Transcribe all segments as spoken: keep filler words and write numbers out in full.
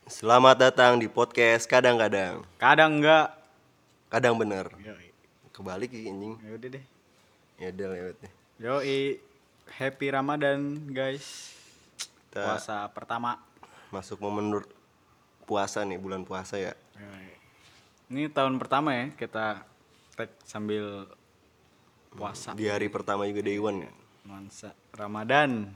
Selamat datang di podcast kadang-kadang. Kadang enggak. Kadang bener. Yoi. Kebalik sih anjing. Ya udah deh. Ya udah lewat deh. Yoi. Happy Ramadan, guys. Kita Puasa pertama. masuk momen nur- puasa nih, bulan puasa ya. Yoi. Ini tahun pertama ya kita tag sambil puasa. Di hari pertama juga day one ya. Nuansa Ramadan.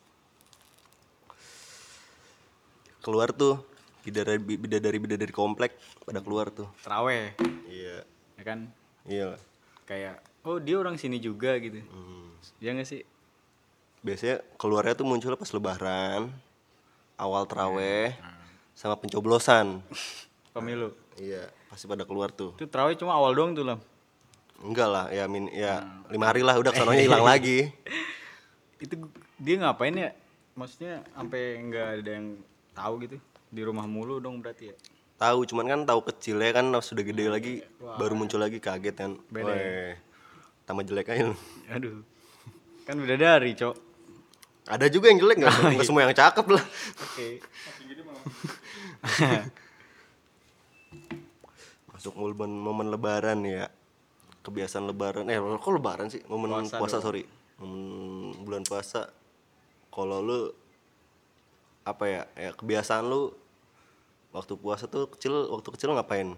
Keluar tuh bidadari bidadari bidadari komplek pada keluar tuh. Terawih. Iya. Ya kan? Iya. Kayak oh dia orang sini juga gitu. Hmm. Ya enggak sih? Biasanya keluarnya tuh muncul pas lebaran, awal terawih, sama pencoblosan. Pemilu. Iya, pasti pada keluar tuh. Itu terawih cuma awal doang tuh, Lam. Enggak lah, ya min ya lima hari lah udah kesononya hilang lagi. Itu dia ngapain ya? Maksudnya sampai enggak ada yang tahu gitu. Di rumah mulu dong berarti ya. Tahu, cuman kan tahu kecilnya kan sudah gede lagi, baru muncul lagi kaget kan. Beda ya? Weh, tambah jelek aja lu. Aduh. Kan udah dari, Cok. Ada juga yang jelek nggak? Nggak semua yang cakep lah. Oke. Masuk momen momen lebaran ya. Kebiasaan lebaran. Eh, kok lebaran sih? Momen Puasa puasa, dong. sorry. Momen bulan puasa. Kalau lu apa ya? Ya kebiasaan lu waktu puasa tuh kecil, waktu kecil ngapain?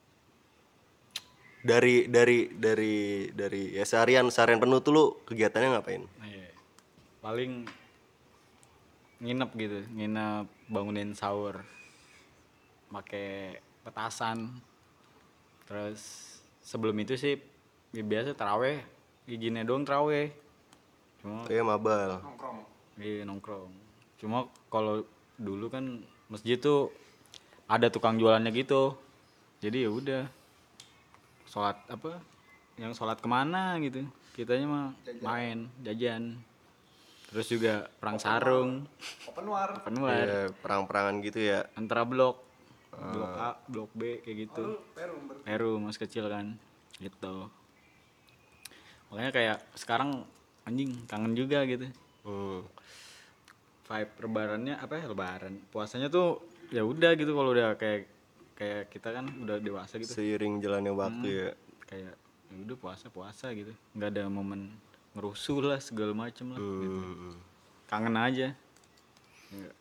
Dari dari dari dari ya seharian seharian penuh tuh lu kegiatannya ngapain? Iya. Paling nginep gitu, nginep bangunin sahur. Pakai petasan. Terus sebelum itu sih ya biasa taraweh, izinnya doang taraweh. Cuma Kayak mabal. iya nongkrong. Cuma kalau dulu kan masjid tuh ada tukang jualannya gitu. Jadi ya udah sholat apa? Yang sholat kemana gitu? Kitanya mah main, jajan. Terus juga perang sarung, Open war. open war, Iya, perang-perangan gitu ya. antara blok, blok A, blok B kayak gitu. Perum ber- Peru masih kecil kan, gitu. Makanya kayak sekarang anjing kangen juga gitu. Hmm. Vibe lebarannya apa ya lebaran puasanya tuh ya udah gitu kalau udah kayak kayak kita kan udah dewasa gitu Seiring jalannya waktu ya. kayak ya udah puasa puasa gitu nggak ada momen ngerusuh lah segala macem lah gitu. Hmm. Kangen aja. Ya,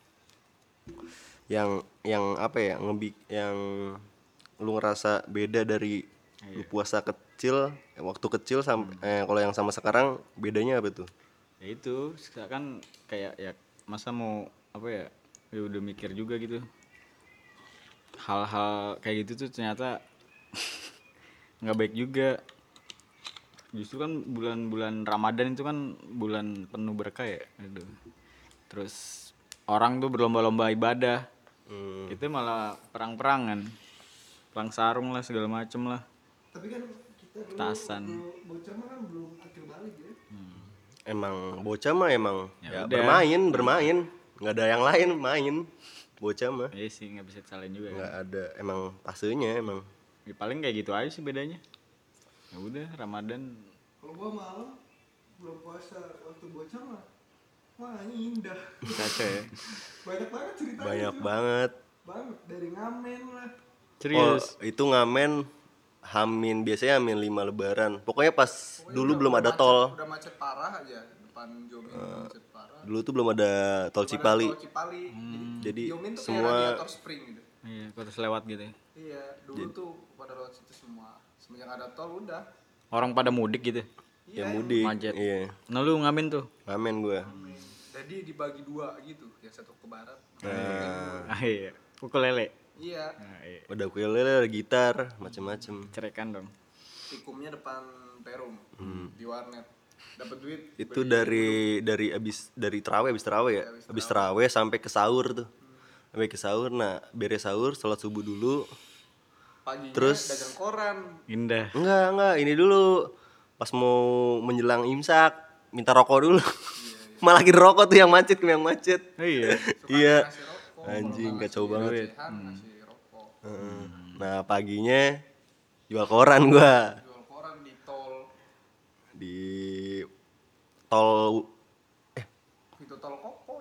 Yang yang apa ya? Ngebik yang lu ngerasa beda dari lu puasa kecil, eh, waktu kecil sama eh kalau yang sama sekarang bedanya apa tuh? ya itu kan kayak ya masa mau apa ya ya udah mikir juga gitu hal-hal kayak gitu tuh ternyata nggak baik juga. Justru kan bulan-bulan Ramadan itu kan bulan penuh berkah ya gitu. Terus orang tuh berlomba-lomba ibadah. Hmm. Kita malah perang-perangan, perang sarung lah segala macem lah. Tapi kan kita dulu Petasan. dulu bocah mah kan belum akil balik ya. Emang bocah mah emang Ya ya, udah. bermain, bermain. Nggak ada yang lain main. Bocah mah Iya sih nggak bisa disalahin juga ya. nggak ada emang fasenya emang. Ya, paling kayak gitu aja sih bedanya. Ya udah Ramadan Kalau gua malam belum puasa waktu bocah mah wah ini indah. caca ya. Banyak banget ceritanya. Banyak tuh. banget. Banget dari ngamen lah. Serius. Oh, itu ngamen Hamin biasanya Hamin lima lebaran. Pokoknya pas Pokoknya dulu udah- belum udah ada macet- tol. Udah macet parah aja depan Jomin udah macet parah. Dulu tuh belum ada tol Pada Cipali. tol Cipali. Jadi Jomin tuh kayak semua radiator spring gitu. Iya, kok terus lewat gitu ya. Iya, dulu tuh pada lewat situ semua. Semenjak ada tol udah. Orang pada mudik gitu. yang mudik. Macet. Iya. Nah lu ngamen tuh. Ngamen gua. Jadi dibagi dua gitu, yang satu ke barat. Nah, Ah iya. Ukulele. Iya, Nah, iya. udah ukulele, ada gitar, macem-macem. Cerekan dong. tikumnya depan Perum di warnet. Dapat duit. Itu dari dari abis dari terawih abis terawih ya. Abis terawih sampai ke sahur tuh. Sampai ke sahur. Nah, beres sahur, sholat subuh dulu. Paginya Terus- dagang koran. Indah. Enggak, enggak, ini dulu. Pas mau menjelang imsak, minta rokok dulu. Malah lagi rokok tuh yang macet, yang macet. Oh iya. Iya. Ngasih rokok. Anjing, kalau kacau nggak banget. ngasih recehan, ngasih rokok. Heeh. Nah, paginya jual koran gua Jual koran di tol. di tol Itu tol Kopo ya.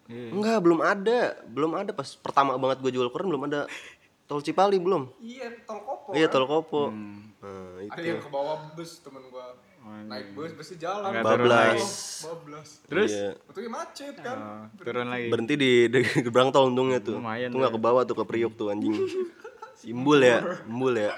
Iya. Enggak, belum ada. Belum ada pas pertama banget gue jual koran belum ada tol Cipali belum. Iya, tol Kopo. Iya, kan? tol Kopo. Hmm. Nah, Ada itu. yang ke bawah bus temen gua. Naik bus, busnya jalan. Nggak turun Bablas. lagi. Bablas. Terus Iya. Untungnya macet kan. oh, turun lagi. Berhenti di, di gerbang tol untungnya tuh. Lumayan Tuh nggak ke bawah tuh ke Priok tuh anjing. Simbol ya, embul ya.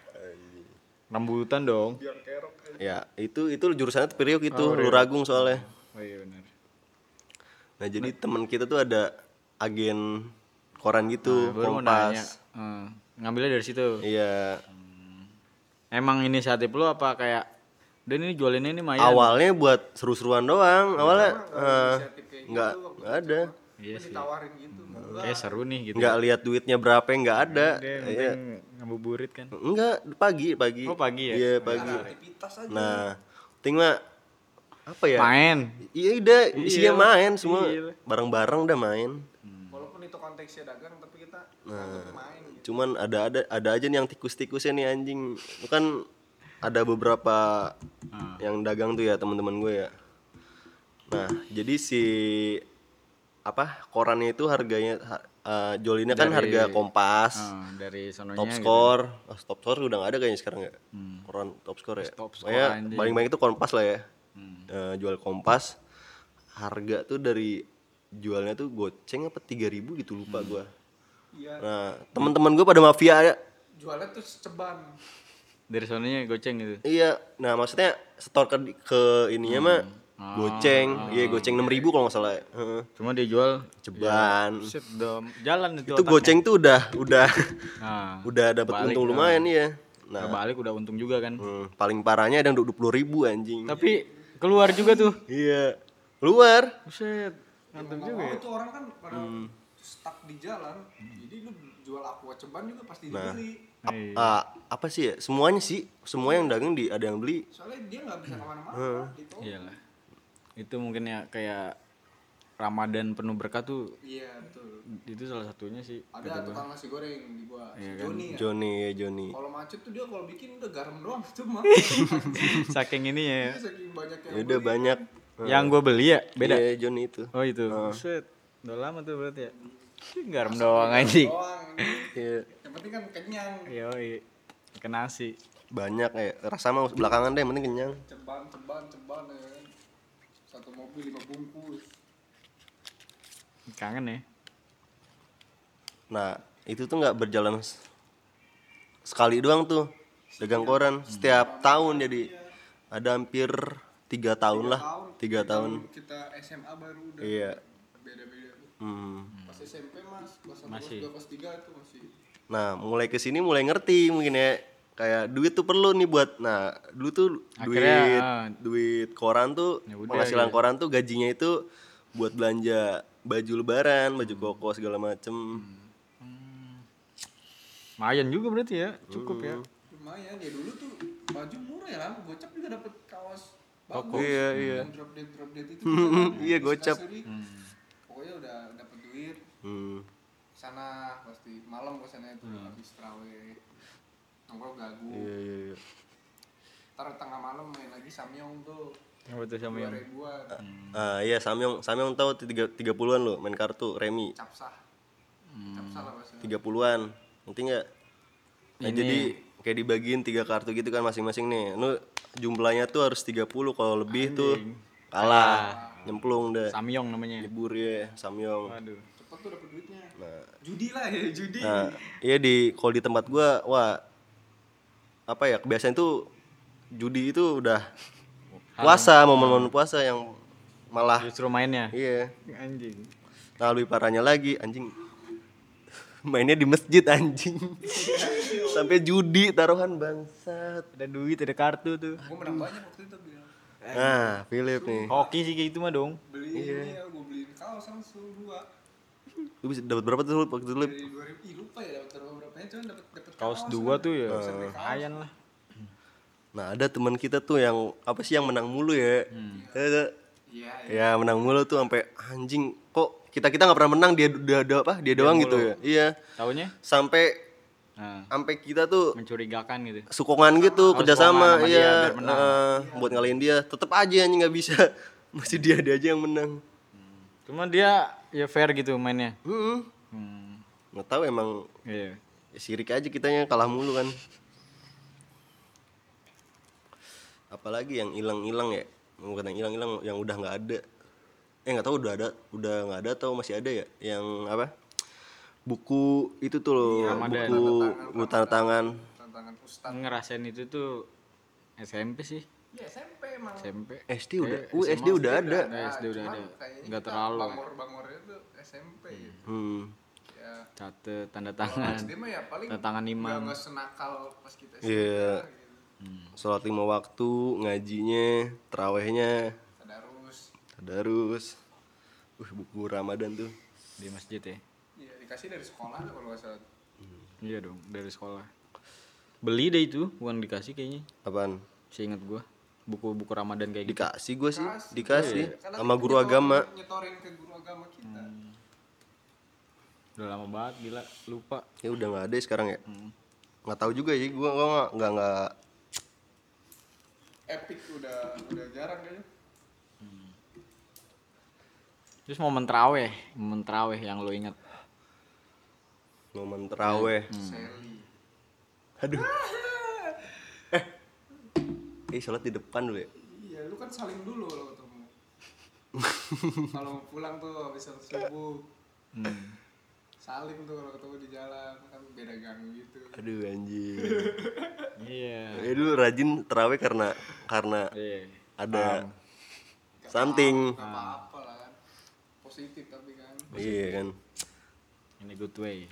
Rambutan dong. Biar kerok aja. Ya, itu itu jurusannya tuh Priok itu, Oh, Luragung soalnya. Oh iya benar. Nah, jadi teman kita tuh ada agen koran gitu, Nah, baru mau nanya. Kompas. eh, ngambilnya dari situ. Iya. Emang inisiatif lu apa kayak udah ini jualinnya ini Mayan. Awalnya buat seru-seruan doang. Awalnya Nggak ada eh, inisiatif kayak nggak gitu waktu nggak ada. Iya Gua sih. ditawarin gitu. Kayak seru nih gitu. Nggak lihat duitnya berapa, nggak ada. Dia yang Iya. penting ngabuburit kan. Enggak, pagi, pagi. Oh, pagi ya? Iya, Ada pagi. aktivitas aja. Nah, penting mah apa ya? Main. Iya udah isinya Iya. main semua. Iya. Bareng-bareng udah main. Walaupun itu konteksnya dagang tapi kita nganggep main gitu. Cuman ada ada ada aja nih yang tikus-tikusnya nih anjing. Kan ada beberapa Ah. yang dagang tuh ya teman-teman gue ya. Nah, jadi si apa korannya itu harganya ha- eh, jualinnya kan Dari- harga Kompas, Ah, dari sononya Top gitu. Score. Oh, Top Score udah nggak ada kayaknya sekarang ya. Hmm. Koran Top Score ya. Top Score Pokoknya anjing. paling banyak itu Kompas lah ya. Hmm. Eh, jual Kompas. Harga tuh dari jualnya tuh goceng apa tiga ribu gitu lupa Hmm. gua. Iya. Nah, teman-teman gua pada mafia ya. Jualnya tuh seceban. Dari sononya goceng gitu. Iya, nah maksudnya setor ke, ke ininya mah Ah. goceng, iya goceng enam ribu kalau nggak salah. ya. Heeh. Cuma dia jual Ceban. set dom jalan itu. Itu otaknya. goceng tuh udah udah Nah, udah dapat balik, untung ah. lumayan ya. Nah, Nah, balik udah untung juga kan. hmm, paling parahnya ada yang dua puluh ribu anjing. Tapi keluar juga tuh. Iya, luar. Buset. Mantap Mau juga mau ya. tuh orang kan pada Hmm. stuck di jalan. Jadi lu jual aqua ceban juga pasti Nah. dibeli. Iya. Ah, apa sih ya? Semuanya sih, semua yang dagang di ada yang beli. Soalnya dia nggak bisa kemana-mana. Gitu. Iyalah. Itu mungkin ya kayak Ramadan penuh berkah tuh Iya betul. itu salah satunya sih. Ada tukang nasi goreng di gua. Iya Si kan. Joni ya. Johnny ya Johnny. Kalau macet tuh dia kalau bikin udah garam doang itu mah. Saking ini ya. Dia saking banyak yang Ya udah beli. banyak. Yang gue beli ya beda. Iya, Johnny itu. Oh itu. Buset. Udah lama tuh berarti ya. Garam doang anjing. Doang. Iya, Yang penting kan kenyang. Yoi. Ke nasi. banyak ya. Rasa mah belakangan deh, yang penting kenyang. Ceban, ceban, ceban ya. kan. Satu mobil lima bungkus. Kangen ya. Nah, itu tuh nggak berjalan s- sekali doang tuh dagang koran. Setiap tahun jadi ada hampir tiga tahun lah, tiga tahun. Kita S M A baru udah Iya. beda-beda. Hmm. Pas S M P mas, kelas satu, Masih. kelas dua, kelas tiga tuh masih. Nah, mulai kesini mulai ngerti mungkin ya. Kayak duit tuh perlu nih buat, nah dulu tuh duit Akhirnya, ah. duit koran tuh, Ya udah, penghasilan gitu. koran tuh gajinya itu buat belanja baju lebaran, baju koko segala macem. Lumayan juga berarti ya. Cukup ya. Lumayan ya dulu tuh baju murah ya, gocap juga dapat kaos Koko. bagus. Iya, iya. Yang drop dead drop dead itu. juga kan, Iya, terus gocap. kasuri. Hmm. Pokoknya udah dapat duit. Hmm. Sana pasti malam ke sana itu habis terawih. Nongkrong gagu. Iya, iya, iya. Ntar tengah malam main lagi samyong tuh. Apa tuh sama Dua yang ribuan. Ah iya, Samyong, Samyong tahu tiga tiga puluhan lo main kartu remi Capsah. Capsah lah bahasa. tiga puluhan, ngerti nggak? Nah, Ini- jadi kayak dibagiin tiga kartu gitu kan masing-masing nih. Lu jumlahnya tuh harus tiga puluh, kalau lebih tuh kalah, nyemplung dah. Samyong namanya. Nyebur ya, Samyong. Waduh. Cepet tuh dapet duitnya. Nah, Judi lah ya, judi. nah, iya di kalau di tempat gua, wah apa ya kebiasaan tuh judi itu udah puasa, momen-momen puasa yang malah Justru mainnya. iya. Anjing. Nah lebih parahnya lagi anjing mainnya di masjid anjing sampai judi taruhan bangsat. Ada duit, ada kartu tuh. Gue menang banyak waktu itu bilang. Nah Philip nih Hoki sih kayak gitu mah dong. Beli ini ya, gue beliin kaos langsung dua. lu bisa dapat berapa tuh waktu itu Lip? Dari dua ribu, ih lupa ya dapat berapa berapanya, cuman dapat dapat Kaos dua tuh ya. Bisa beli kaos. Lumayan lah. Nah ada teman kita tuh yang apa sih yang menang mulu ya. Ada- Iya, iya. ya menang mulu tuh sampai anjing kok kita kita nggak pernah menang dia dia, dia apa dia doang gitu ya. Iya Taunya? sampai Nah, sampai kita tuh mencurigakan gitu. sukongan gitu Oh, kerjasama sukongan sama dia iya biar menang. eh, buat ngalahin dia tetep aja anjing nggak bisa masih dia dia aja yang menang. Cuma dia ya fair gitu mainnya. Hmm. Hmm. Nggak tahu emang Iya. ya sirik aja kitanya kalah mulu kan. Apalagi yang hilang-hilang ya, bukan yang hilang-hilang, yang udah nggak ada. Eh nggak tahu udah ada, udah nggak ada atau masih ada ya? Yang apa? Buku itu tuh loh, Ramadan. buku buku tanda tangan. Tantangan ustad. Ngerasain itu tuh S M P sih. Ya S M P emang. S M P. S D udah, Eh, uh S M A S D udah ada. Eh, S D udah Cuman ada. kayaknya Nggak kita terlalu. Bangor-bangornya tuh S M P gitu. Hmm. Ya. Catet tanda Kalau tangan. S D mah ya paling Tanda tangan imam. nggak nggak senakal pas kita S D. Iya. Gitu. Sholat lima waktu, ngajinya, terawihnya, Tadarus. tadarus. Uh, buku Ramadan tuh. Di masjid ya. Iya dikasih dari sekolah kalau nggak salah. Iya dong, dari sekolah. Beli deh itu, bukan dikasih kayaknya. Apaan? Saya ingat gua. Buku-buku Ramadan kayak gitu. Dikasih gue sih, Dikasih. dikasih Karena sama kita guru nyetorin- agama. Nyetorin ke guru agama kita. Udah lama banget gila, lupa. Ya udah nggak ada sekarang ya. Nggak tahu juga sih, gue gua nggak nggak nggak. Epic udah udah jarang kayaknya. Terus momen terawih, momen terawih yang lo ingat. Momen terawih. Sally. Aduh. eh, eh sholat di depan dulu ya. Iya, lu kan salim dulu kalau ketemu. Kalau pulang tuh habis sholat subuh. Salim tuh kalau ketemu di jalan, kan beda gang gitu. Aduh anjing. Iya. Eh dulu rajin terawih karena karena Iya. ada Gak something. apa- gak apa-apa lah kan. Positif tapi kan. Iya kan. In a good way.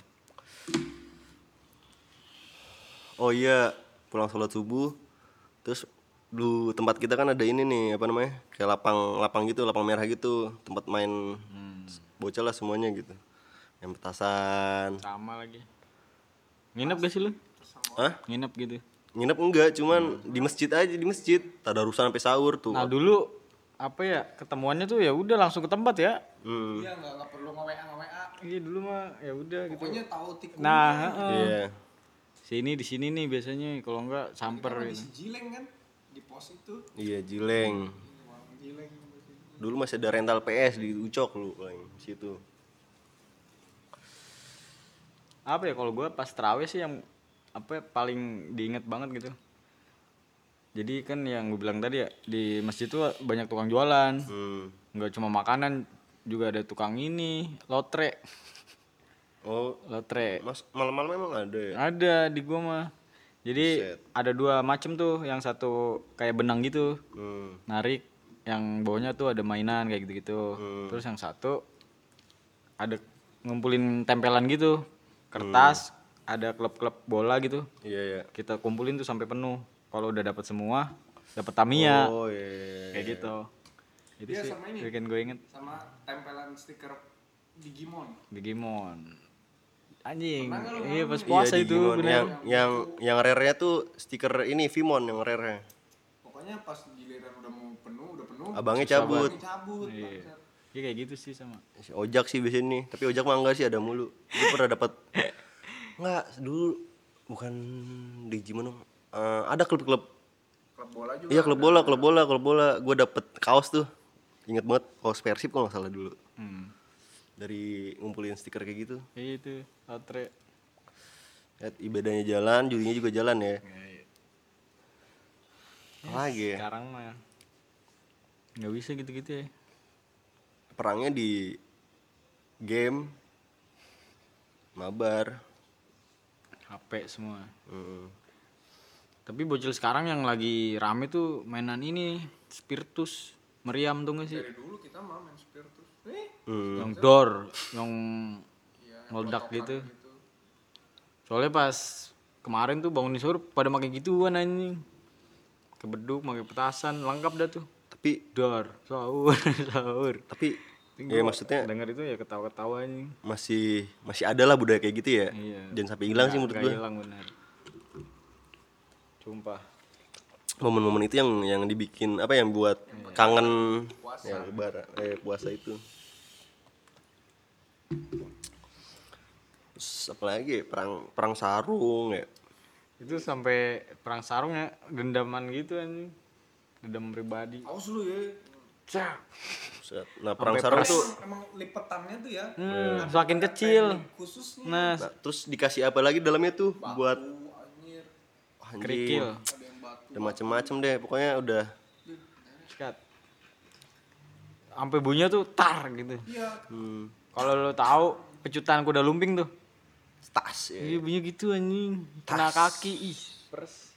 Oh iya, pulang sholat subuh, terus dulu tempat kita kan ada ini nih apa namanya, kayak lapang lapang gitu, lapang merah gitu, tempat main bocah lah semuanya gitu, yang petasan. Sama lagi. Nginep gak sih lu? Hah? Nginep gitu. Nginep enggak, cuman di masjid aja, di masjid. Tadarusan sampai sahur tuh. Nah dulu apa ya ketemuannya tuh ya udah langsung ke tempat ya. Hmm. Iya, nggak nggak perlu nge-W A nge-W A. Iya dulu mah ya udah gitu. Pokoknya tahu tikunnya. Nah, heeh. Iya. Sini di sini nih biasanya kalau enggak samper Kan di gitu. Jileng kan di pos itu. Iya, Jileng. Warung Jileng. Dulu masih ada rental P S di Ucok lu paling situ. Apa ya kalau gua pas terawih sih yang apa ya, paling diinget banget gitu. Jadi kan yang gue bilang tadi ya di masjid tuh banyak tukang jualan. Hmm. Nggak cuma makanan, juga ada tukang ini, lotre. Oh, Lotre. Mas malam-malam emang ada ya? Ada di gua mah. Jadi Buset. ada dua macem tuh, yang satu kayak benang gitu, Hmm. narik, yang bawahnya tuh ada mainan kayak gitu-gitu. Hmm. Terus yang satu ada ngumpulin tempelan gitu, kertas, ada klub-klub bola gitu. Iya ya. Kita kumpulin tuh sampai penuh. Kalau udah dapat semua, dapat Tamiya. Oh iya. Kayak gitu. Itu Iya, sih sama ini. bikin gue inget Sama tempelan stiker Digimon. Digimon. Anjing, Pernah nggak lu iya ngalamin? pas puasa Iya, itu Digimon. bener. yang yang yang rare-nya tuh stiker ini Vimon yang rare-nya. Pokoknya pas giliran udah mau penuh, udah penuh. Abangnya susah cabut. banget cabut. Iya. bangsat. Iya kayak gitu sih sama. Si Ojak sih biasanya nih, tapi Ojak mah enggak sih, ada mulu. Gue pernah dapat enggak dulu, bukan Digimon dong. Eh, ada klub-klub. Klub bola juga. Iya, klub bola, klub bola, klub bola. Gue dapet kaos tuh. Ingat banget kaos Persib kalau nggak salah dulu. Hmm. Dari ngumpulin stiker kayak gitu. Kayak itu, lotre. Lihat ibadahnya jalan, julinya juga jalan ya. Kayak Apa lagi ya? sekarang mah nggak bisa gitu-gitu ya. Perangnya di game, mabar. H P semua. Mm. Tapi bocil sekarang yang lagi rame tuh mainan ini, Spiritus, meriam tuh gak sih? Dari dulu kita mah main Spiritus. Eh, Hmm. Yang door, yang iya, meledak protokan gitu. Soalnya pas kemarin tuh bangun sahur pada pakai gituan anjing. Kebeduk, pakai petasan, lengkap dah tuh. Tapi Door, sahur, sahur. tapi ya maksudnya Denger itu ya ketawa-ketawa anjing. masih masih ada lah budaya kayak gitu ya. Iya. Jangan sampai hilang sih menurut Nggak gue. hilang benar. Sumpah. Momen-momen itu yang yang dibikin apa yang buat kangen ya lebaran eh puasa itu. Terus apa lagi ya? perang perang sarung ya. Itu sampai perang sarung ya, dendaman gitu anjing. Dendam pribadi. Awas lu ya. Cak. Set. Nah perang Sampai sarung pers. tuh Emang lipetannya tuh ya. Hmm, ada semakin ada kecil. teknik Khususnya. Nah, nah, terus dikasih apa lagi dalamnya tuh buat Batu, anjir. anjing. kerikil. Ada yang batu. Ada macem-macem deh pokoknya udah. Sikat. Sampai bunyinya tuh tar gitu. Iya. Hmm, Kalau lo tahu pecutan kuda lumping tuh. tas ya. Iya bunyi gitu anjing. Kena kaki ih. Pers.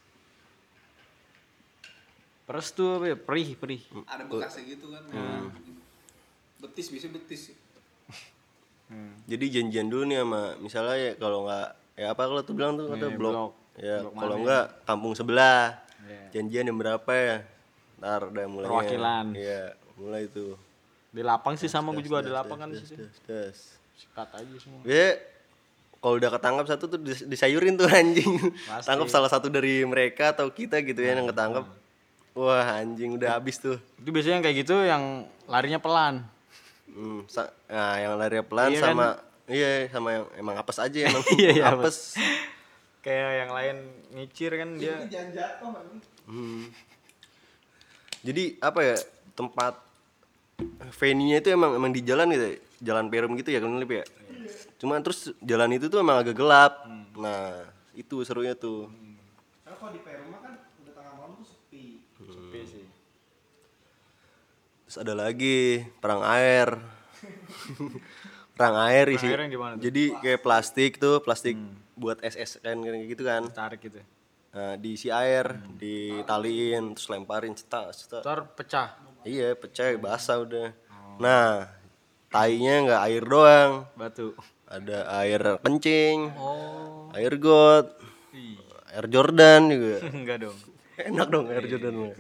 Pers tuh apa ya? Perih, perih. Ada bekasnya gitu kan. Hmm. Betis bisa betis. Jadi janjian dulu nih sama misalnya ya kalau nggak ya apa kalau tuh bilang tuh kata Iya, blok. blok. Ya Blok kalau mana nggak kampung sebelah. Iya. Janjian jam berapa ya? Ntar udah mulai. Perwakilan. Iya, mulai tuh. Di lapang sih sama gue Das, juga das, ada lapang kan di das, situ. das, das. Sikat aja semua. Ya kalau udah ketangkap satu tuh dis- disayurin tuh anjing. Pasti. Tangkap salah satu dari mereka atau kita gitu ya yang ketangkap. Wah anjing udah habis tuh. Itu biasanya yang kayak gitu yang larinya pelan. Hmm, sa- nah yang lari pelan Iya sama iya sama yang emang apes aja emang Iya, iya, apes. Kayak yang lain ngicir kan dia. Ini jangan jatuh kan. Hmm. Jadi apa ya tempat venue-nya itu emang emang di jalan gitu ya? Jalan Perum gitu ya kan Lip ya. Cuma terus jalan itu tuh emang agak gelap. Nah itu serunya tuh. Karena kalau di Peruma kan udah tengah malam tuh sepi. Sepi sih. Terus ada lagi perang air. Perang air isi. air yang gimana tuh? Jadi kayak plastik tuh, plastik buat es es kan kayak gitu kan. Tarik gitu. Nah, diisi air, ditaliin, terus lemparin cetak, cetak. Ntar pecah. Iya, pecah, basah udah. Nah, tainya nggak air doang, Batu. ada air kencing, Oh. air got, Ih. air Jordan juga. Enggak dong. Enak dong air Jordan mah.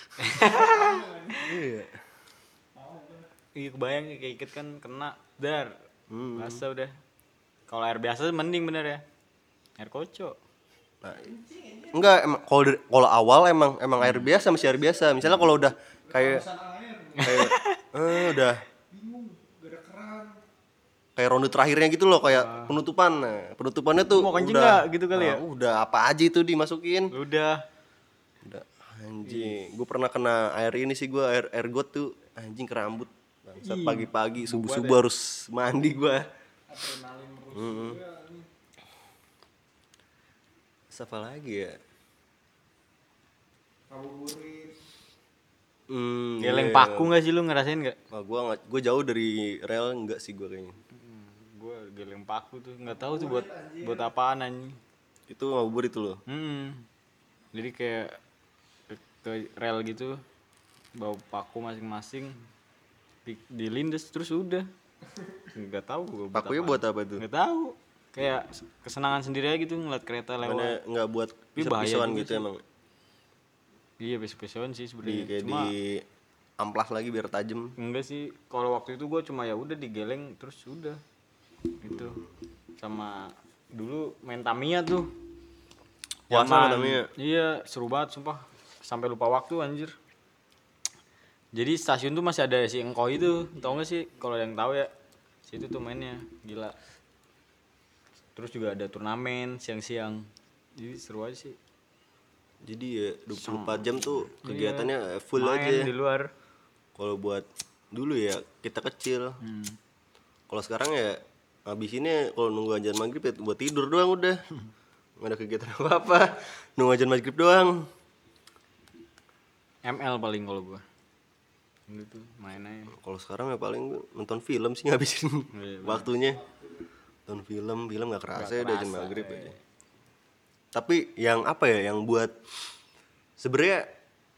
Iya. Iya kebayang nih kayak ikat kan kena dar. Hmm. Basah udah. Kalau air biasa mending bener ya. Air kocok. Nah, enggak emang kalau dari- kalau awal emang emang air biasa masih air biasa. Misalnya kalau udah kayak kayak eh, udah Bingung, gak ada keran. kayak ronde terakhirnya gitu loh kayak penutupan. Nah, penutupannya tuh Mau kencing udah nggak gitu kali ya? nah, udah apa aja itu dimasukin. Udah. Udah anjing. Gue pernah kena air ini sih gue air air got tuh anjing ke rambut. Bangsat pagi-pagi subuh-subuh harus mandi gue. Adrenalin terus Mm-mm. juga nih. Siapa lagi ya? Ngabuburit. Hmm, Geleng iya. paku nggak sih lu ngerasain nggak? Wah, gua nggak, gua jauh dari rel enggak sih gua kayaknya. Gue geleng paku tuh nggak tahu tuh buat buat apaan anjing. Itu ngabur itu loh. Hmm. Jadi kayak ke, ke rel gitu bawa paku masing-masing di, dilindes terus udah. Nggak tahu gue buat Pakunya apaan. buat apa tuh? Nggak tahu. Kayak kesenangan sendiri aja gitu ngeliat kereta lewat. Mana nggak buat Tapi bahaya pisau-pisauan juga gitu sih. emang. Iya besok-besokan sih Di sebenarnya. kayak Cuma di amplas lagi biar tajam. enggak sih. Kalau waktu itu gue cuma ya udah digeleng terus udah gitu. Sama dulu main Tamiya tuh. Puasa Zaman- sama Tamiya? Iya seru banget sumpah. Sampai lupa waktu anjir. Jadi stasiun tuh masih ada si Engkau itu. Tau gak sih kalau yang tahu ya. Situ tuh mainnya gila. Terus juga ada turnamen siang-siang. Jadi seru aja sih. Jadi ya dua puluh empat jam tuh Iya. kegiatannya full Main aja. di luar. Kalau buat dulu ya kita kecil. Hmm. Kalau sekarang ya habis ini kalau nunggu ajan maghrib ya buat tidur doang udah. Nggak ada kegiatan apa-apa. Nunggu ajan maghrib doang. M L paling kalau gua. Gitu main aja. Kalau sekarang ya paling nonton film sih ngabisin Iya, waktunya. Nonton film, film nggak kerasa ya udah ajan kerasa, maghrib iya. aja. Tapi yang apa ya, yang buat sebenarnya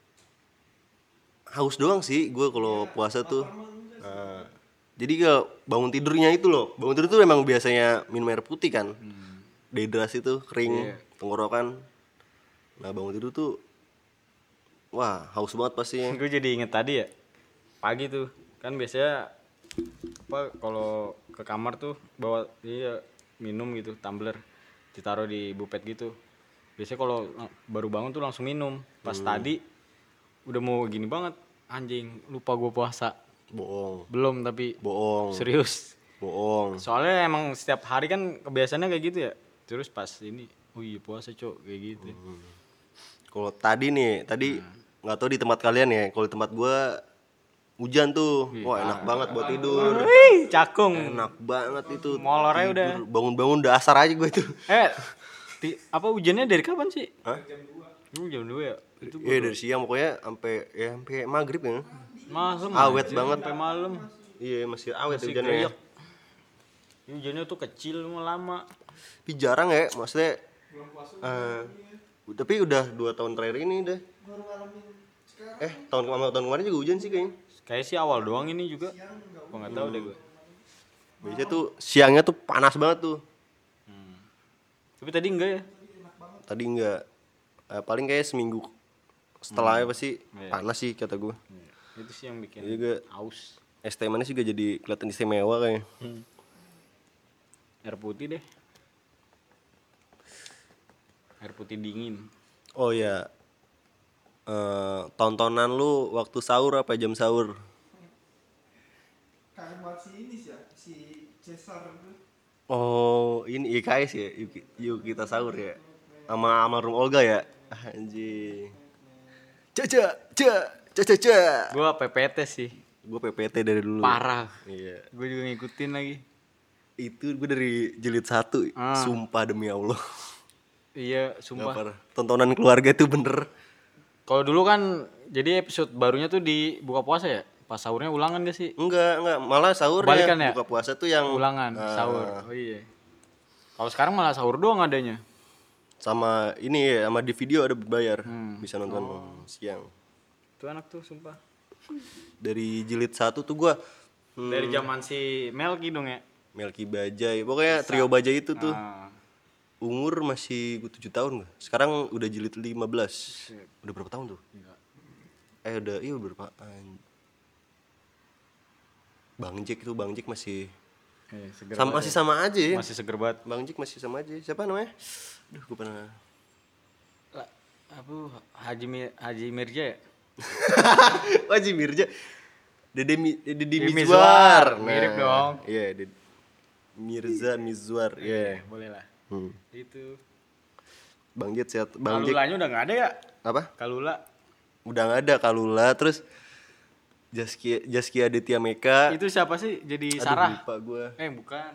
haus doang sih gue kalau puasa tuh. Nah, jadi kalau bangun tidurnya itu loh, bangun tidur tuh memang biasanya minum air putih kan, dehidrasi tuh kering, Iya. tenggorokan. Nah bangun tidur tuh, wah haus banget pastinya. Gue jadi inget tadi ya pagi tuh kan biasanya apa kalau ke kamar tuh bawa iya minum gitu tumbler ditaruh di bupet gitu biasanya kalau lang- baru bangun tuh langsung minum pas tadi udah mau gini banget anjing lupa gue puasa Bohong, belum tapi bohong, serius bohong. soalnya emang setiap hari kan kebiasaannya kayak gitu ya terus pas ini oh iya puasa cok kayak gitu Kalau tadi nih, tadi nggak tahu di tempat kalian ya. Kalau di tempat gue hujan tuh. Wah, enak banget buat tidur. Wih, cakung. Enak banget itu. Molornya udah. Tidur, bangun-bangun udah asar aja gue itu. Eh, ti- apa hujannya dari kapan sih? Hah? Lu jam dua ya? Itu Iya dari siang pokoknya sampai ya sampai maghrib ya. malam. Awet aja, banget. sampai malam. Iya masih awet Masih hujannya. geriak. Hujannya tuh kecil lama. Tapi jarang ya, maksudnya. eh, tapi udah dua tahun terakhir ini udah. Eh tahun kemarin tahun kemarin juga hujan sih kayaknya. Kayak sih awal doang ini juga. Gua nggak tahu deh gue. Biasanya tuh siangnya tuh panas banget tuh. Tapi tadi enggak ya? Tadi enggak. Eh, paling kayak seminggu setelahnya pasti Iya. panas sih kata gue. Itu sih yang bikin Jadi juga aus. es teh manis juga jadi kelihatan istimewa kayaknya. Air putih deh. Air putih dingin. Oh ya, eh, tontonan lu waktu sahur apa jam sahur? Kangen banget si ini sih ya, si Cesar itu. Oh ini I K S ya, yuk, yuk kita sahur ya, sama almarhum Olga ya, anjing. Caca, ca, ca, ca, ca. Gua P P T sih. Gue P P T dari dulu. Parah. Iya. Gue juga ngikutin lagi. Itu gue dari jilid satu, Ah. sumpah demi Allah. Iya, Nggak sumpah. parah. Tontonan keluarga tuh bener. Kalau dulu kan jadi episode barunya tuh di buka puasa ya? Pas sahurnya ulangan gak sih? Enggak, enggak, malah sahur Kebalikan ya? buka puasa tuh yang Ulangan, ah, sahur. Oh iya. Kalau sekarang malah sahur doang adanya. sama ini ya, sama di video ada berbayar, Hmm. bisa nonton siang. Itu anak tuh sumpah. Dari jilid satu tuh gua hmm, Dari zaman si Melki dong ya. Melki Bajai, pokoknya trio Bajai itu tuh Ah, umur masih gua tujuh tahun gak? Sekarang udah jilid lima belas. Udah berapa tahun tuh? enggak. Eh udah iya udah berapa? An- Bang Jack itu Bang Jack masih Eh, seger sama, banget masih ya. sama aja ya. Masih seger banget. Bang Jack masih sama aja. Siapa namanya? Duh, gua pernah. Lah, apa Haji Mi- Haji Mirja ya? Wajib Mirja. Dede Mi, Dede Dede Mizwar. Mizwar, mirip dong. Iya, Dede Mirza Mizwar. Iya. Boleh lah. Hmm. Itu. Bang Jet sehat. Bang Jack Kalulanya udah nggak ada ya? apa? Kalula. Udah nggak ada Kalula, terus Jaskia Jaskia Aditya Meka. Itu siapa sih? Jadi Aduh, Sarah. lupa gua. Eh bukan.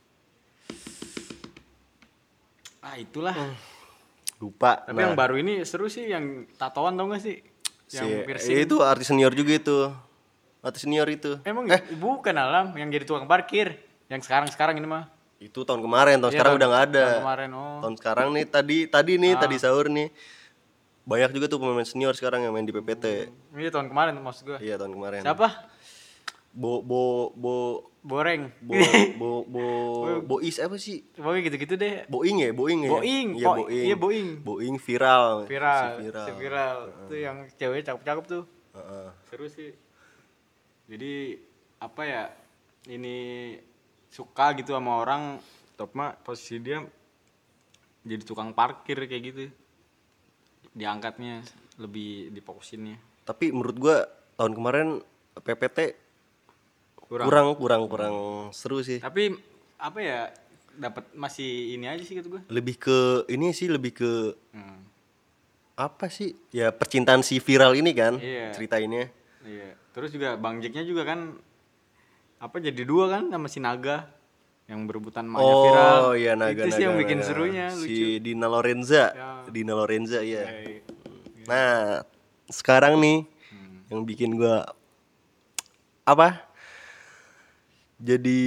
Ah itulah. Lupa. Tapi yang baru ini seru sih yang tatoan tau gak sih? Yang si, piercing. itu artis senior juga itu. Artis senior itu. Emang bukan Alam yang jadi tukang parkir. Yang sekarang-sekarang ini mah. Itu tahun kemarin, tahun Iya, sekarang tahun- udah nggak ada. tahun kemarin, oh. Tahun sekarang nih tadi tadi nih tadi sahur nih. Banyak juga tuh pemain senior sekarang yang main di P P T. Iya tahun kemarin maksud gue. Iya tahun kemarin. Siapa? Bo bo bo Boreng. bo bo bo bois apa sih? Pokoknya gitu-gitu deh. Boeing ya, Boeing ya. Boeing, Iya oh, Boeing. iya, Boeing. Boeing viral. Viral. Si viral. Si viral. Itu yang cewek cakep-cakep tuh. Heeh. Seru sih. Jadi apa ya? Ini suka gitu sama orang, top mah posisi dia jadi tukang parkir kayak gitu. Diangkatnya lebih difokusinnya. Tapi menurut gua tahun kemarin P P T Kurang. kurang kurang kurang seru sih. Tapi apa ya? Dapat masih ini aja sih gitu gue. Lebih ke ini sih lebih ke Hmm. apa sih? Ya percintaan si viral ini kan Iya. ceritainnya. Iya. Terus juga Bang Jacknya juga kan apa jadi dua kan sama si Naga yang berebutan maknya viral. Oh iya naga Itu sih yang naga, bikin naga. serunya lucu. Si Dina Lorenza. Ya. Dina Lorenza iya. Eh, Nah, sekarang nih yang bikin gua apa? Jadi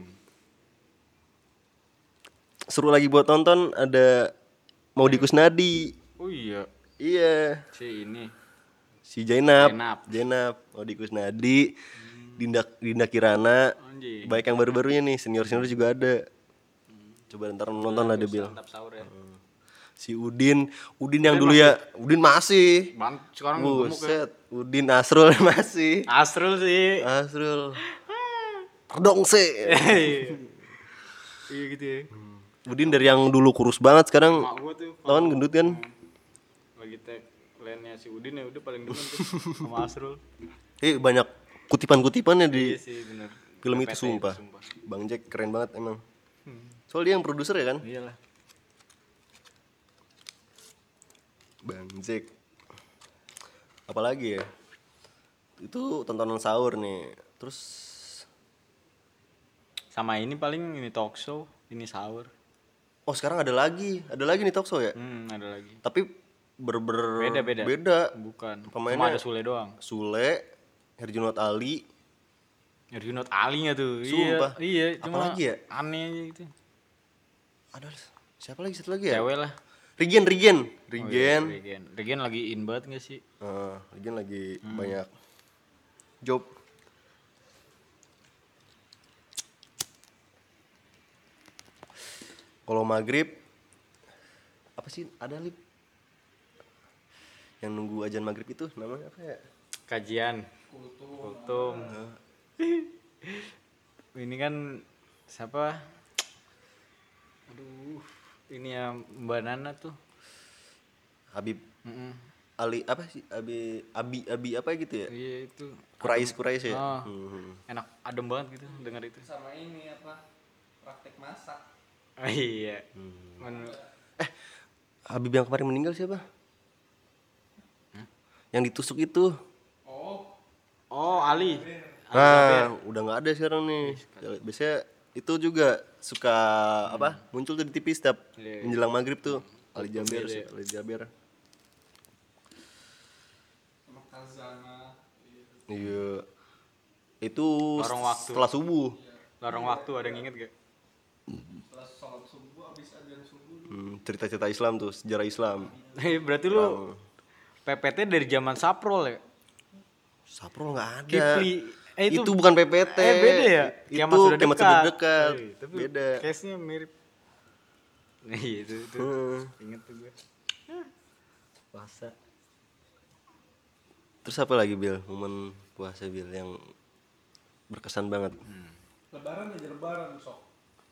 seru lagi buat tonton ada Maudy Kusnadi. Oh iya, Iya, si ini. si Jainab. Jainab. Jainab, Maudy Kusnadi, Dinda Dinda Kirana. Anjing. Baik yang baru-barunya nih, senior-senior juga ada. Coba ntar nonton lah dia bilang. Mantap sahur ya. Si Udin, Udin yang dulu ya, Udin masih. Ban sekarang gemuk ya. Buset, Udin Asrul masih. Asrul sih. Asrul. Perdong sih. Iya gitu ya. Udin dari yang dulu kurus banget sekarang Mak gua tuh lawan gendut kan. lagi tag lainnya si Udin ya udah paling demen tuh sama Asrul. Eh banyak kutipan-kutipannya di Iya sih bener. film P P itu T sumpah. sumpah. Bang Jack keren banget emang. Soal dia yang produser ya kan? Iyalah. Bang Jack. Apalagi ya? Itu tontonan sahur nih. Terus Sama ini paling ini talk show, ini sahur. oh sekarang ada lagi, ada lagi nih talkshow ya. Hmm, ada lagi. Tapi ber-ber Beda beda. beda. Bukan. Pemainnya- Cuma ada Sule doang. Sule, Herjunot Ali, Herjunot Ali nggak tuh? Sumpah. Iya, iya. Apa Cuma lagi ya? aneh aja gitu. ada siapa lagi satu lagi ya? Cewek lah. Regen, Regen, Oh, iya, Regen. Regen. Regen lagi in banget nggak sih? Eh, Regen lagi Hmm. banyak job. Kalau maghrib apa sih ada lip yang nunggu ajan maghrib itu namanya apa ya? Kajian. Kultum. Kultum. Ini kan siapa? Aduh, ini ya Mbak Nana tuh. Habib Mm-mm. Ali apa sih? Abi Abi Abi apa gitu ya? Iya itu. Kurais Kurais ya. Ah. Hmm. Enak, adem banget gitu dengar itu. Sama ini apa? Praktek masak. Oh, iya. Hmm. Men- Habib yang kemarin meninggal siapa? Yang ditusuk itu. Oh, Oh, Ali. Nah, udah nggak ada sekarang nih. Biasanya itu juga suka apa? Muncul tuh di T V setiap Iya, iya. menjelang maghrib tuh. Ali Jaber, iya. Ali Jaber. sama Kazana. Iya. Iya. Itu Lorong waktu. setelah subuh. Lorong waktu ada yang inget gak? Setelah sholat subuh, habis adzan subuh. Hmm, cerita-cerita Islam tuh, sejarah Islam. Eh, berarti lu P P T dari zaman Saprol ya? Saprol nggak ada. Kipli. Eh, itu, itu- bukan P P T. Eh, beda ya? Itu Kiamat sudah Kiamat dekat. sudah dekat. Eh, tapi Beda. case-nya mirip. Nah, iya, itu itu. Hmm. Ingat tuh gue. Puasa. Terus apa lagi Bil? Momen puasa Bil yang berkesan banget. Lebaran aja lebaran sok.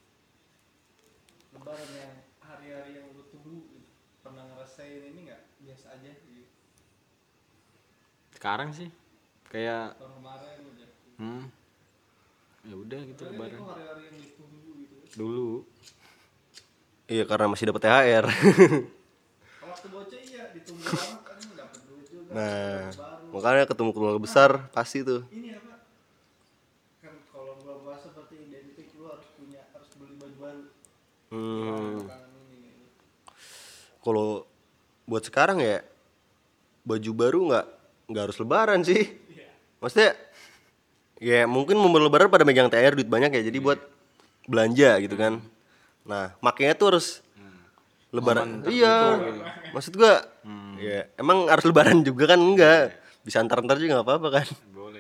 Lebaran yang hari-hari yang lu tunggu gitu. Pernah ngerasain ini nggak? Biasa aja gitu. Sekarang sih kayak Tahun kemarin udah. hmm. Ya udah gitu Tapi lebaran. itu hari-hari yang ditunggu gitu. Dulu. Iya karena masih dapat T H R. Kalau waktu bocah iya ditunggu banget kan dapat duit juga. Nah, Baru. makanya ketemu keluarga besar pasti tuh. Ini apa? Kan kalau bulan puasa seperti identik lu harus punya harus beli baju baru. Hmm. Kangen ini gitu. Kalau buat sekarang ya baju baru nggak nggak harus lebaran sih. Maksudnya ya mungkin momen lebaran pada megang T H R duit banyak ya jadi buat belanja gitu kan. Nah makanya tuh harus lebaran. Iya. Maksud gua ya emang harus lebaran juga kan enggak. Bisa antar-antar juga nggak apa-apa kan. Boleh.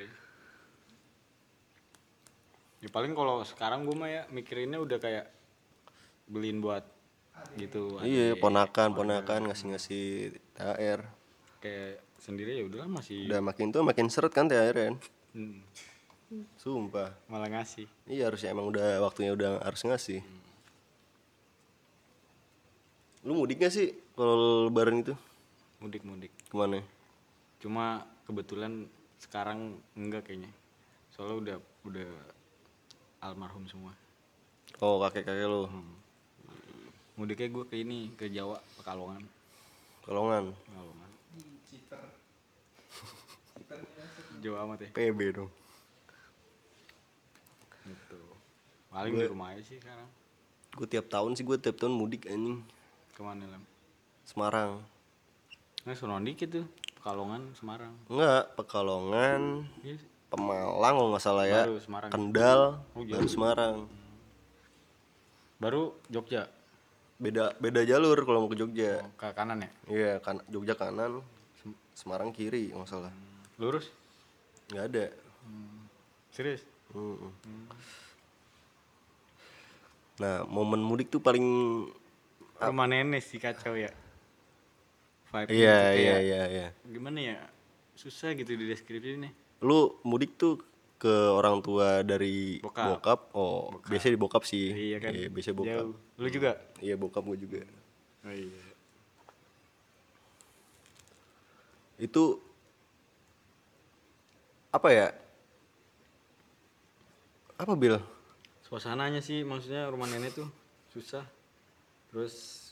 Ya paling kalau sekarang gue mah ya mikirinnya udah kayak beliin buat gitu. Iya adik. ponakan ponakan ngasih-ngasih T H R. Kayak sendiri ya udahlah masih Udah makin tua makin seret kan T H R kan. hmm, Sumpah. malah ngasih. Iya harusnya emang udah waktunya udah harus ngasih. Lu mudik gak sih kalau lebaran itu? Mudik-mudik. Kemana? Cuma kebetulan sekarang enggak kayaknya. Soalnya udah udah almarhum semua. Oh kakek-kakek lu. Mudiknya gue ke ini ke Jawa, Pekalongan. Kalongan. Pekalongan. Ih, cheater. Cheater ya. Jawa amat ya. P B dong. Gitu. Paling di rumah aja sih sekarang. Gue tiap tahun sih gue tiap tahun mudik anjing. Kemana Lam? Semarang. Nah, sono dikit tuh. Pekalongan, Semarang. Enggak, Pekalongan, Iya. Pemalang kalau nggak salah ya. Baru Semarang. Kendal, Oh, baru Semarang. Baru Jogja. Beda beda jalur kalau mau ke Jogja. Oh, ke kanan ya? Iya, kan Jogja kanan, Semarang kiri kalau nggak salah. Lurus? Nggak ada. Serius? Mm-mm. Nah, momen mudik tuh paling Rumah nenek sih kacau ya. Vibe iya gitu iya kayak- iya iya. Gimana ya? Susah gitu di deskripsi nih. Lu mudik tuh ke orang tua dari Bokap. bokap. Oh, biasanya di bokap sih. Iya kan? biasanya bokap. Jauh. Lu juga? Iya, bokap gue juga. Oh iya. Itu apa ya? Apa Bil? Suasananya sih maksudnya rumah nenek tuh susah. Terus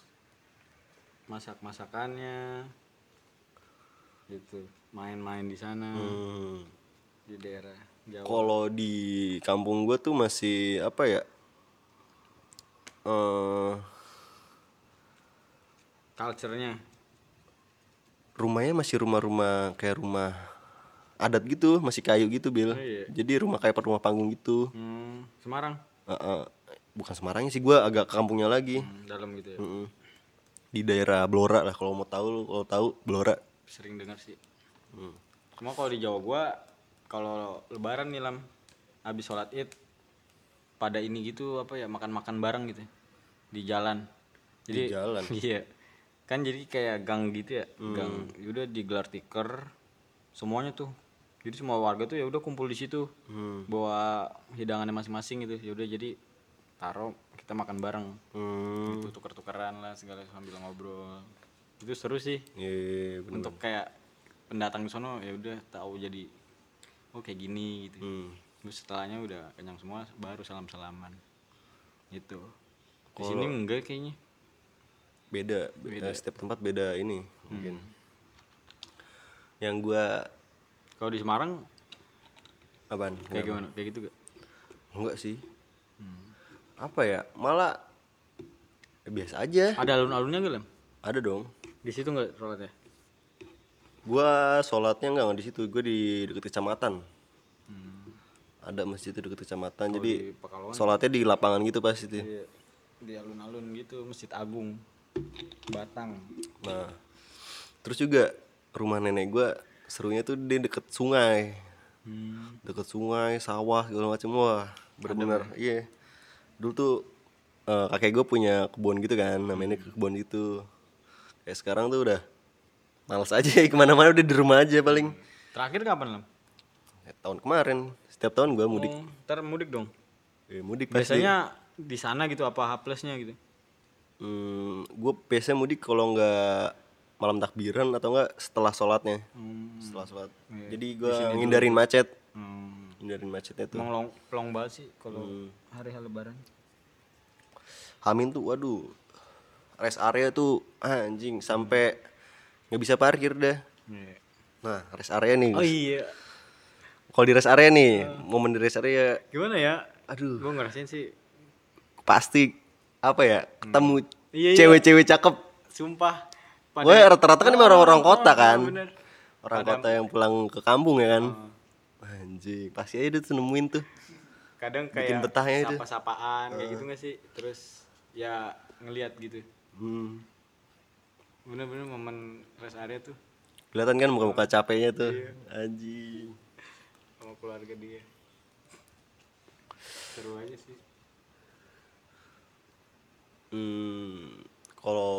masak-masakannya gitu. Main-main di sana. Hmm. di daerah Jawa. Kalau di kampung gue tuh masih apa ya? Eh Culture-nya. rumahnya masih rumah-rumah kayak rumah adat gitu, masih kayu gitu, Bil. Oh, iya. Jadi rumah kayak rumah panggung gitu. Hmm, Semarang. Heeh. Bukan Semarangnya sih, gue agak ke kampungnya lagi. Hmm, dalam gitu ya. Mm-mm. Di daerah Blora lah, kalau mau tahu lu, kalau tahu Blora. Sering dengar sih. Hmm. Cuma kalau di Jawa gua kalau lebaran nih Lam, habis sholat Id pada ini gitu apa ya makan-makan bareng gitu di jalan. Jadi Di jalan? iya. Kan jadi kayak gang gitu ya, gang. Udah digelar tikar semuanya tuh. Jadi semua warga tuh ya udah kumpul di situ. Hmm. Bawa hidangannya masing-masing gitu. Ya udah jadi taruh kita makan bareng. Hmm. Gitu tuker-tukeran lah segala sambil ngobrol. Itu seru sih. Iya, bener. Untuk kayak pendatang di sono ya udah tahu jadi oh kayak gini gitu. Hmm. Terus setelahnya udah kenyang semua baru salam-salaman. Gitu. Di sini enggak kayaknya. Beda, beda. Setiap tempat beda ini mungkin. Yang gua Kalau di Semarang apaan? kayak gimana? Kayak gitu gak? Enggak sih. Apa ya? Malah ya biasa aja. Ada alun-alunnya gak, Lem? Ada dong. Di situ enggak sholatnya? Gua sholatnya enggak, enggak di situ. Gua di dekat kecamatan. Ada masjid itu dekat kecamatan. Jadi di Pekalongan? sholatnya di lapangan gitu pas itu. Di, di alun-alun gitu, Masjid Agung Batang. Nah, terus juga rumah nenek gua serunya tuh di deket sungai. Hmm. Deket sungai, sawah segala macam. Wah, bener-bener. Iya. Dulu tuh eh, kakek gue punya kebun gitu kan, namanya kebun gitu. Kayak sekarang tuh udah males aja kemana-mana, udah di rumah aja paling. Terakhir kapan, Lem? Ya, tahun kemarin, setiap tahun gue mudik. Oh, ntar mudik dong. Eh, mudik pasti. Biasanya di sana gitu apa H plusnya gitu? Hmm, gue biasanya mudik kalau nggak malam takbiran atau enggak setelah sholatnya. Hmm. Setelah sholat. Iya. Jadi gue ngindarin macet. Hmm. Hindarin macetnya tuh. Emang long, long banget sih kalau hari-hari lebaran. Hamin tuh waduh. Rest area tuh anjing sampai nggak bisa parkir dah. Iya. Nah, rest area nih. Oh iya. Kalau di rest area nih, momen di rest area Gimana ya? aduh, Gue ngerasain sih. pasti apa ya? Ketemu Iya, iya. cewek-cewek cakep. Sumpah. Wah, rata-rata kan emang orang-orang kota oh, kan. bener. Orang kota yang pulang ke kampung ya kan. Anjing, pasti aja tuh nemuin tuh. Kadang Bikin kayak betahnya itu. sapa-sapaan kayak gitu gak sih? Terus ya ngelihat gitu. Hmm. Bener-bener momen rest area tuh Kelihatan kan muka-muka capeknya tuh. Anjing. sama keluarga dia. Seru aja sih. Hmm, kalau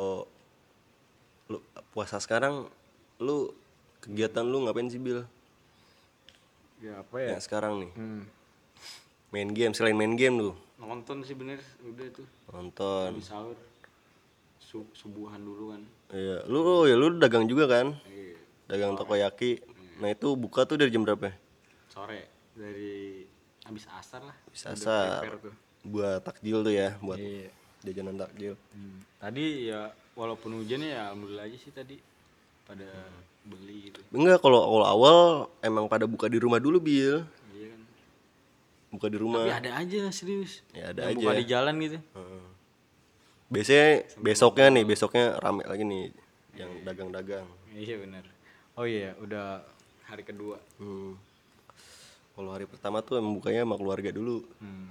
lu puasa sekarang lu kegiatan lu ngapain sih, Bil? Ya apa ya? Ya sekarang nih. Hmm. Main game, selain main game lu Nonton sih bener udah tuh. nonton. Habis sahur Sub- subuhan dulu kan. Iya, lu oh ya lu dagang juga kan? Iya. Dagang takoyaki. Nah, itu buka tuh dari jam berapa? Sore dari habis asar lah. Bisa Udah asar. prepare tuh. Buat takjil tuh ya, buat Iya. jajanan takjil. Hmm. Tadi ya walaupun hujan ya alhamdulillah aja sih tadi pada beli gitu. Enggak, kalau awal-awal emang pada buka di rumah dulu, Bil. Iya kan. Buka di rumah. Tapi ada aja serius. Ya, ada yang aja. buka di jalan gitu. Heeh. Biasanya besoknya nih, besoknya rame lagi nih yang dagang-dagang. Iya benar. Oh iya, udah hari kedua. Hmm. Kalau hari pertama tuh emang bukanya sama keluarga dulu. Hmm.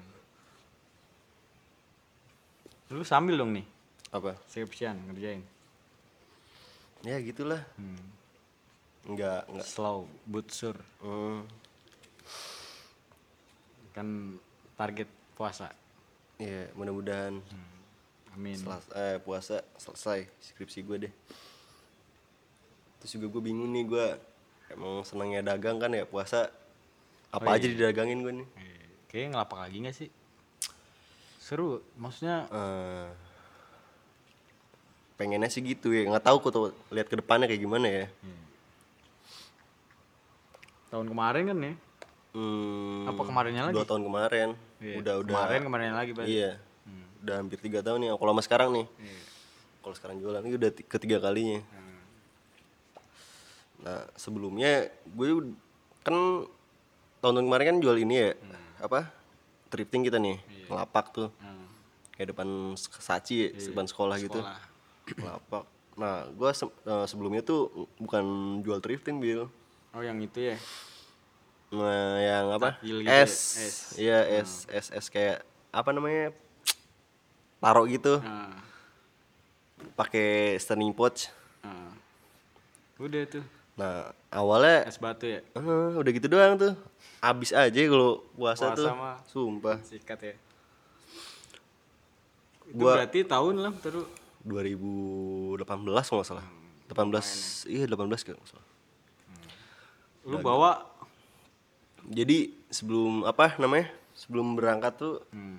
Lu sambil dong nih, Apa? skripsian ngerjain. Ya gitulah. Hmm. Enggak, enggak. Slow, but sure. Hmm. Kan target puasa. Iya, mudah-mudahan Amin. selas- eh, puasa selesai skripsi gue deh. Terus juga gue bingung nih, gue emang senangnya dagang kan ya, puasa apa Oh, aja iya. didagangin gue nih. Eh, Kayaknya ngelapak lagi gak sih? Seru, maksudnya Eh, pengennya sih gitu ya, nggak tahu kok tuh lihat ke depannya kayak gimana ya. tahun kemarin kan ya? Hmm, Apa kemarinnya lagi? dua tahun kemarin. Iya, Udah udah. Kemarin kemarin lagi berarti. Iya. Udah hampir tiga tahun nih. Kalau sama sekarang nih. Iya. Kalau sekarang jualan ini udah ti- ketiga kalinya. Nah sebelumnya gue kan tahun kemarin kan jual ini ya, apa? Thrifting kita nih, ngelapak tuh. Hmm. Kayak depan Saci, ya, depan sekolah, gitu. Sekolah. Ngelapak. Nah, gua se- eh, sebelumnya tuh bukan jual thrifting, Bil. Oh yang itu ya. Nah, yang apa? Takjil gitu ya, Es. es. Iya, es, es, es kayak apa namanya? Taro gitu. Nah, Pakai stunning pouch. nah. Udah tuh Nah, awalnya es batu ya. eh, udah gitu doang tuh. Abis aja kalau puasa, Puasa tuh. mah. Sumpah. Sikat ya. Itu Gua- berarti tahun lah terus. dua ribu delapan belas kalau nggak salah. delapan belas. Iya, delapan belas kalau nggak salah. Lu bawa. Jadi sebelum apa namanya? Sebelum berangkat tuh Hmm.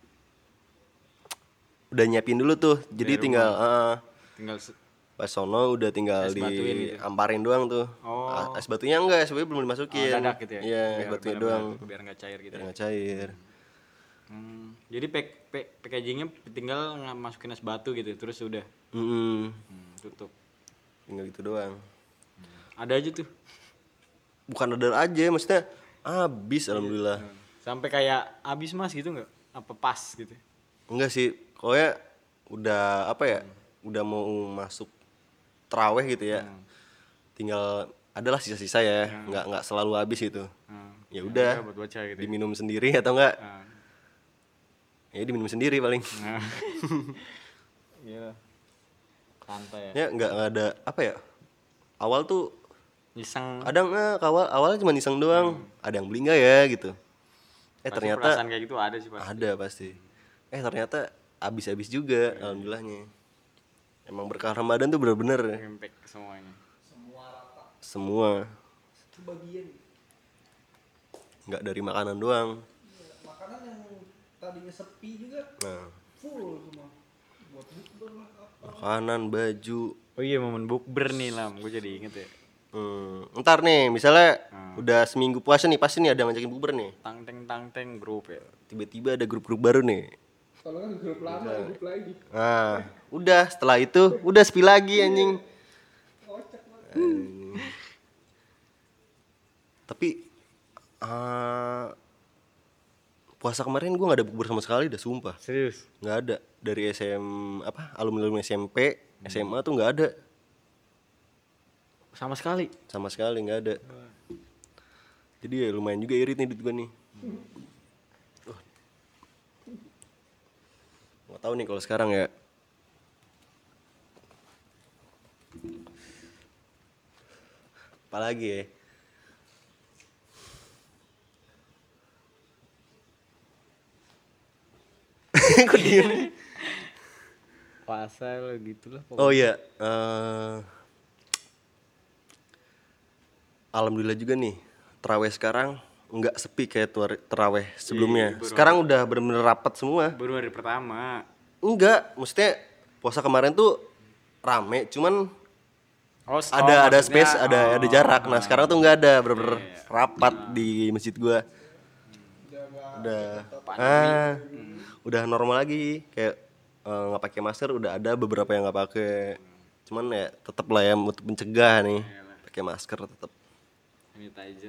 udah nyiapin dulu tuh. Jadi Dari tinggal eh, Tinggal se- pas sono udah tinggal Es batuin gitu. diamparin doang tuh. Oh. A- Es batunya enggak, es batunya belum oh, dimasukin. dadak gitu ya. Iya, es Biar batunya benar-benar- doang. Biar nggak cair gitu. Biar ya. nggak cair. Hmm. Jadi pack, pack, packagingnya tinggal nggak masukin es batu gitu, terus udah Mm-mm. hmm, tutup. Tinggal gitu doang. Ada aja tuh. Bukan ada aja, maksudnya habis alhamdulillah. Sampai kayak abis mas gitu nggak? Apa pas gitu? Enggak sih, pokoknya udah apa ya? Udah mau masuk terawih gitu ya. Tinggal adalah sisa-sisa ya, nggak nggak selalu habis gitu. Hmm. Ya udah, Buat baca gitu. ya. diminum sendiri atau enggak? Nah. Ya diminum sendiri paling. Nah. Iya. Santai ya. Ya nggak nggak ada apa ya? Awal tuh Iseng. ada nggak awal awalnya cuma iseng doang. Ada yang beli nggak ya gitu. Eh Pasti ternyata perasaan kayak gitu ada sih pasti. ada pasti. Eh ternyata habis-habis juga alhamdulillahnya. Emang berkah Ramadan tuh bener-bener Impact semuanya. Semua rata. semua, Itu bagian. nggak dari makanan doang. Iya, makanan yang tadinya sepi juga Nah, full semua. Buat bukber lah apa. makanan, baju. Oh iya momen bukber nih Lam, gue jadi inget ya. Hmm, ntar nih misalnya udah seminggu puasa nih pasti nih ada yang ngajakin bukber nih. Tang teng tang teng grup ya. Tiba-tiba ada grup-grup baru nih. Kalau kan grup lama grup lagi. Nah, udah setelah itu udah sepi lagi anjing. Kocak banget. Anjing. Tapi eh, puasa kemarin gue nggak ada bukber sama sekali, dah sumpah. Serius? Nggak ada. Dari S M apa alumni alumni S M P, S M A tuh nggak ada Sama sekali. sama sekali, nggak ada. Jadi ya lumayan juga irit nih duit gue nih. Uh. Nggak tahu nih kalau sekarang ya. Apalagi ya? Kok diem nih? Puasa lo gitu lah. Oh iya, eh, alhamdulillah juga nih terawih sekarang nggak sepi kayak tuar- terawih sebelumnya. Sekarang udah bener-bener rapat semua. Baru hari pertama. Enggak, maksudnya puasa kemarin tuh rame, cuman Oh, ada ada maksudnya- space, ada oh, ada jarak. Nah sekarang tuh nggak ada, bener-bener Iya, iya. rapat di masjid gua. Udah, ah, udah normal lagi, kayak eh, nggak pakai masker. Udah ada beberapa yang nggak pakai, cuman ya tetap lah ya untuk mencegah nih, pakai masker tetap. sanitizer.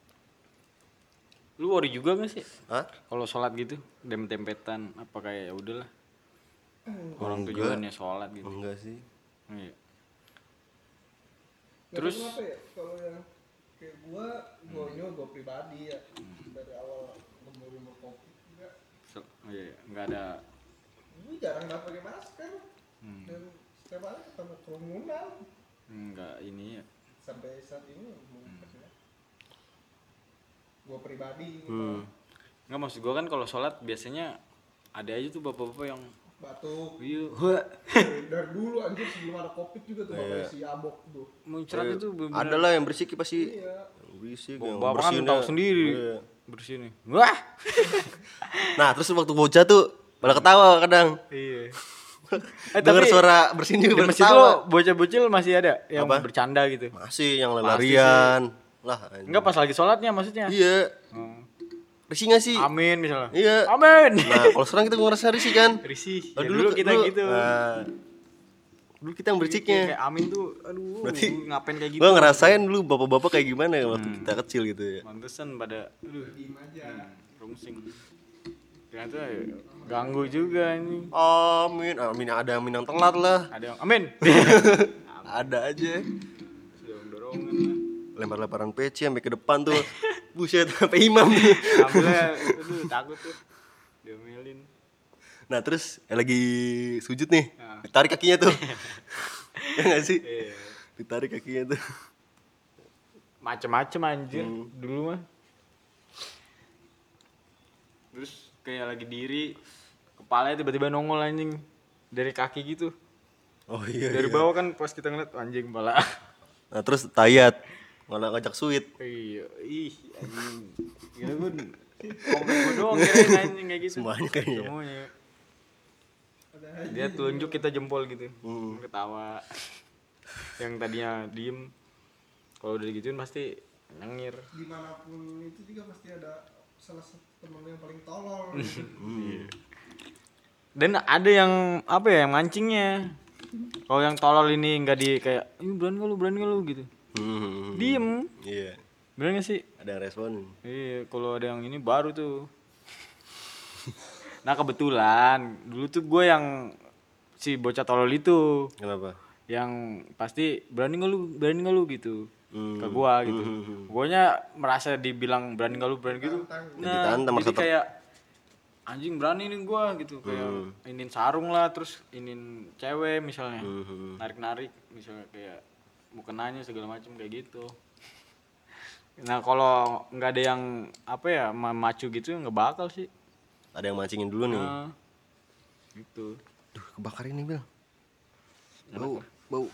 Lu worry juga gak sih? Hah? Kalau sholat gitu, dem-dempetan apa kayak ya udahlah. Orang tujuannya sholat gitu. Enggak sih. Iya. Terus Terus kenapa ya kalau yang kayak gua, gua gua pribadi ya dari awal umur-umur covid juga so- oh iya, nggak ada. gua jarang banget pakai masker dan setiap hari ketemu kerumunan Nggak ini ya. sampai saat ini belum pernah. Gua pribadi gitu Hmm. Nggak maksud gua kan kalau sholat biasanya ada aja tuh bapak-bapak yang batuk. iya Dari dulu anjir sebelum ada covid juga tuh bapak si abok tuh. muncrat itu bener-bener. Ada lah yang berisik pasti. Iya. Yang berisik, yang Bapak kan bersihin tahu ya. sendiri Iya. bersih nih. Wah. Nah terus waktu bocah tuh pada ketawa kadang. Iya. Eh Dengar tapi suara bersihin juga di pada masjid ketawa. lo bocah-bocil masih ada yang Apa? bercanda gitu. Masih yang larian. Lah. anjing. Enggak pas lagi sholatnya maksudnya. Iya. Hmm. Risih gak sih? Amin misalnya. Iya. Amin. Nah kalau sekarang kita ngerasa risih kan? Risih. Oh, Ya, dulu, kita dulu, gitu. nah, Dulu kita yang Kayak berciknya. kayak Amin tuh, aduh, Berarti ngapain kayak gitu? Gua ngerasain dulu bapak-bapak kayak gimana ya waktu kita kecil gitu ya. Mantesan pada, aduh, Diem aja. rungsing. Ternyata ganggu juga ini. Amin, amin ada amin yang telat lah. Ada yang Amin. Ada aja. Dorong-dorongan lah. Lempar-lemparan peci sampai ke depan tuh. Buset, sampai imam tuh. Alhamdulillah, aduh takut tuh. Diomelin. Nah, terus eh, lagi sujud nih. Nah. Ditarik kakinya tuh. Ya enggak sih? Iya. Ditarik kakinya tuh. Macem-macem anjir dulu mah. Terus kayak lagi diri, kepalanya tiba-tiba nongol anjing dari kaki gitu. Oh iya. Dari iya. bawah kan pas kita ngeliat anjing kepala. Nah, terus tayat. Malah ngajak sweet. Iya, ih anjing. Gila gue komplek gue doang kirain anjing kayak gitu. Semuanya kayaknya. Semuanya. Dia tunjuk kita jempol gitu. Hmm. Ketawa. Yang tadinya diem. Kalau udah digituin pasti nyengir. Dimanapun itu juga pasti ada salah satu temen yang paling tolol. Dan ada yang apa ya, yang mancingnya. Kalau yang tolol ini nggak di kayak, "Ih, berani nggak lu, berani nggak lu?" gitu. Hmm. Diem. Iya. Bener nggak sih? Ada yang respon. Iya, kalau ada yang ini baru tuh. Nah kebetulan dulu tuh gue yang si bocah tolol itu, Kenapa? yang pasti berani nggak lu, berani nggak lu gitu. Hmm. Ke gua gitu. Hmm. Guanya merasa dibilang berani nggak lu, berani gitu. Jadi Nah, tantang, jadi merasa ter- kayak anjing berani nih gua gitu, kayak Hmm. inin sarung lah, terus inin cewek misalnya. Hmm. Narik-narik misalnya kayak mau kenanya segala macam kayak gitu. Nah, kalau nggak ada yang apa ya, memacu gitu nggak bakal sih. Ada yang mancingin dulu nih. Nah, gitu. Duh, kebakar ini, Bel. Bau, bau.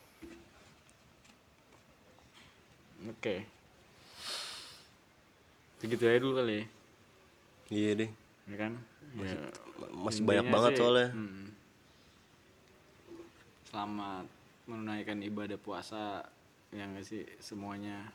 Oke. Segitu aja dulu kali ya. Iya deh. Ya kan? Ya, Masih intinya banyak banget sih, soalnya. mm, selamat menunaikan ibadah puasa, yang nggak sih, semuanya.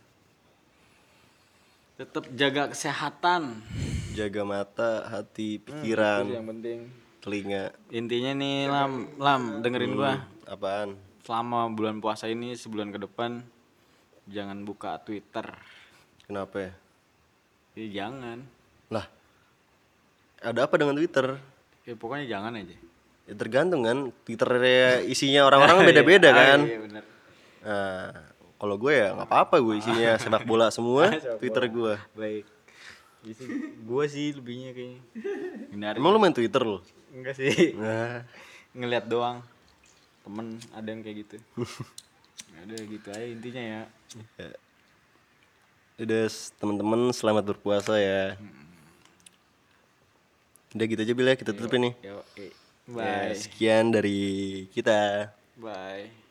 Tetap jaga kesehatan. Jaga mata, hati, Itu pikiran, yang penting. telinga. Intinya nih, Lam, Lam, dengerin gua. Apaan? Selama bulan puasa ini, sebulan ke depan, jangan buka Twitter. Kenapa ya? Ya jangan. Lah, ada apa dengan Twitter? Ya pokoknya jangan aja. Ya tergantung kan, Twitter isinya orang-orang kan beda-beda Iya, kan. Iya benar. Nah, kalau gue ya nggak apa-apa, gue isinya sepak bola semua. Sepak Twitter bola. gue. Baik. Isi, gua sih lebihnya kayaknya. Hindari. Emang lu main Twitter lo? Enggak sih. Nah, Ngeliat doang. Temen ada yang kayak gitu. Ada gitu aja intinya ya. udah teman-teman selamat berpuasa ya. Udah gitu aja Bil ya, kita tutup ini. Yo, eh. Ya, Bye. sekian dari kita. Bye.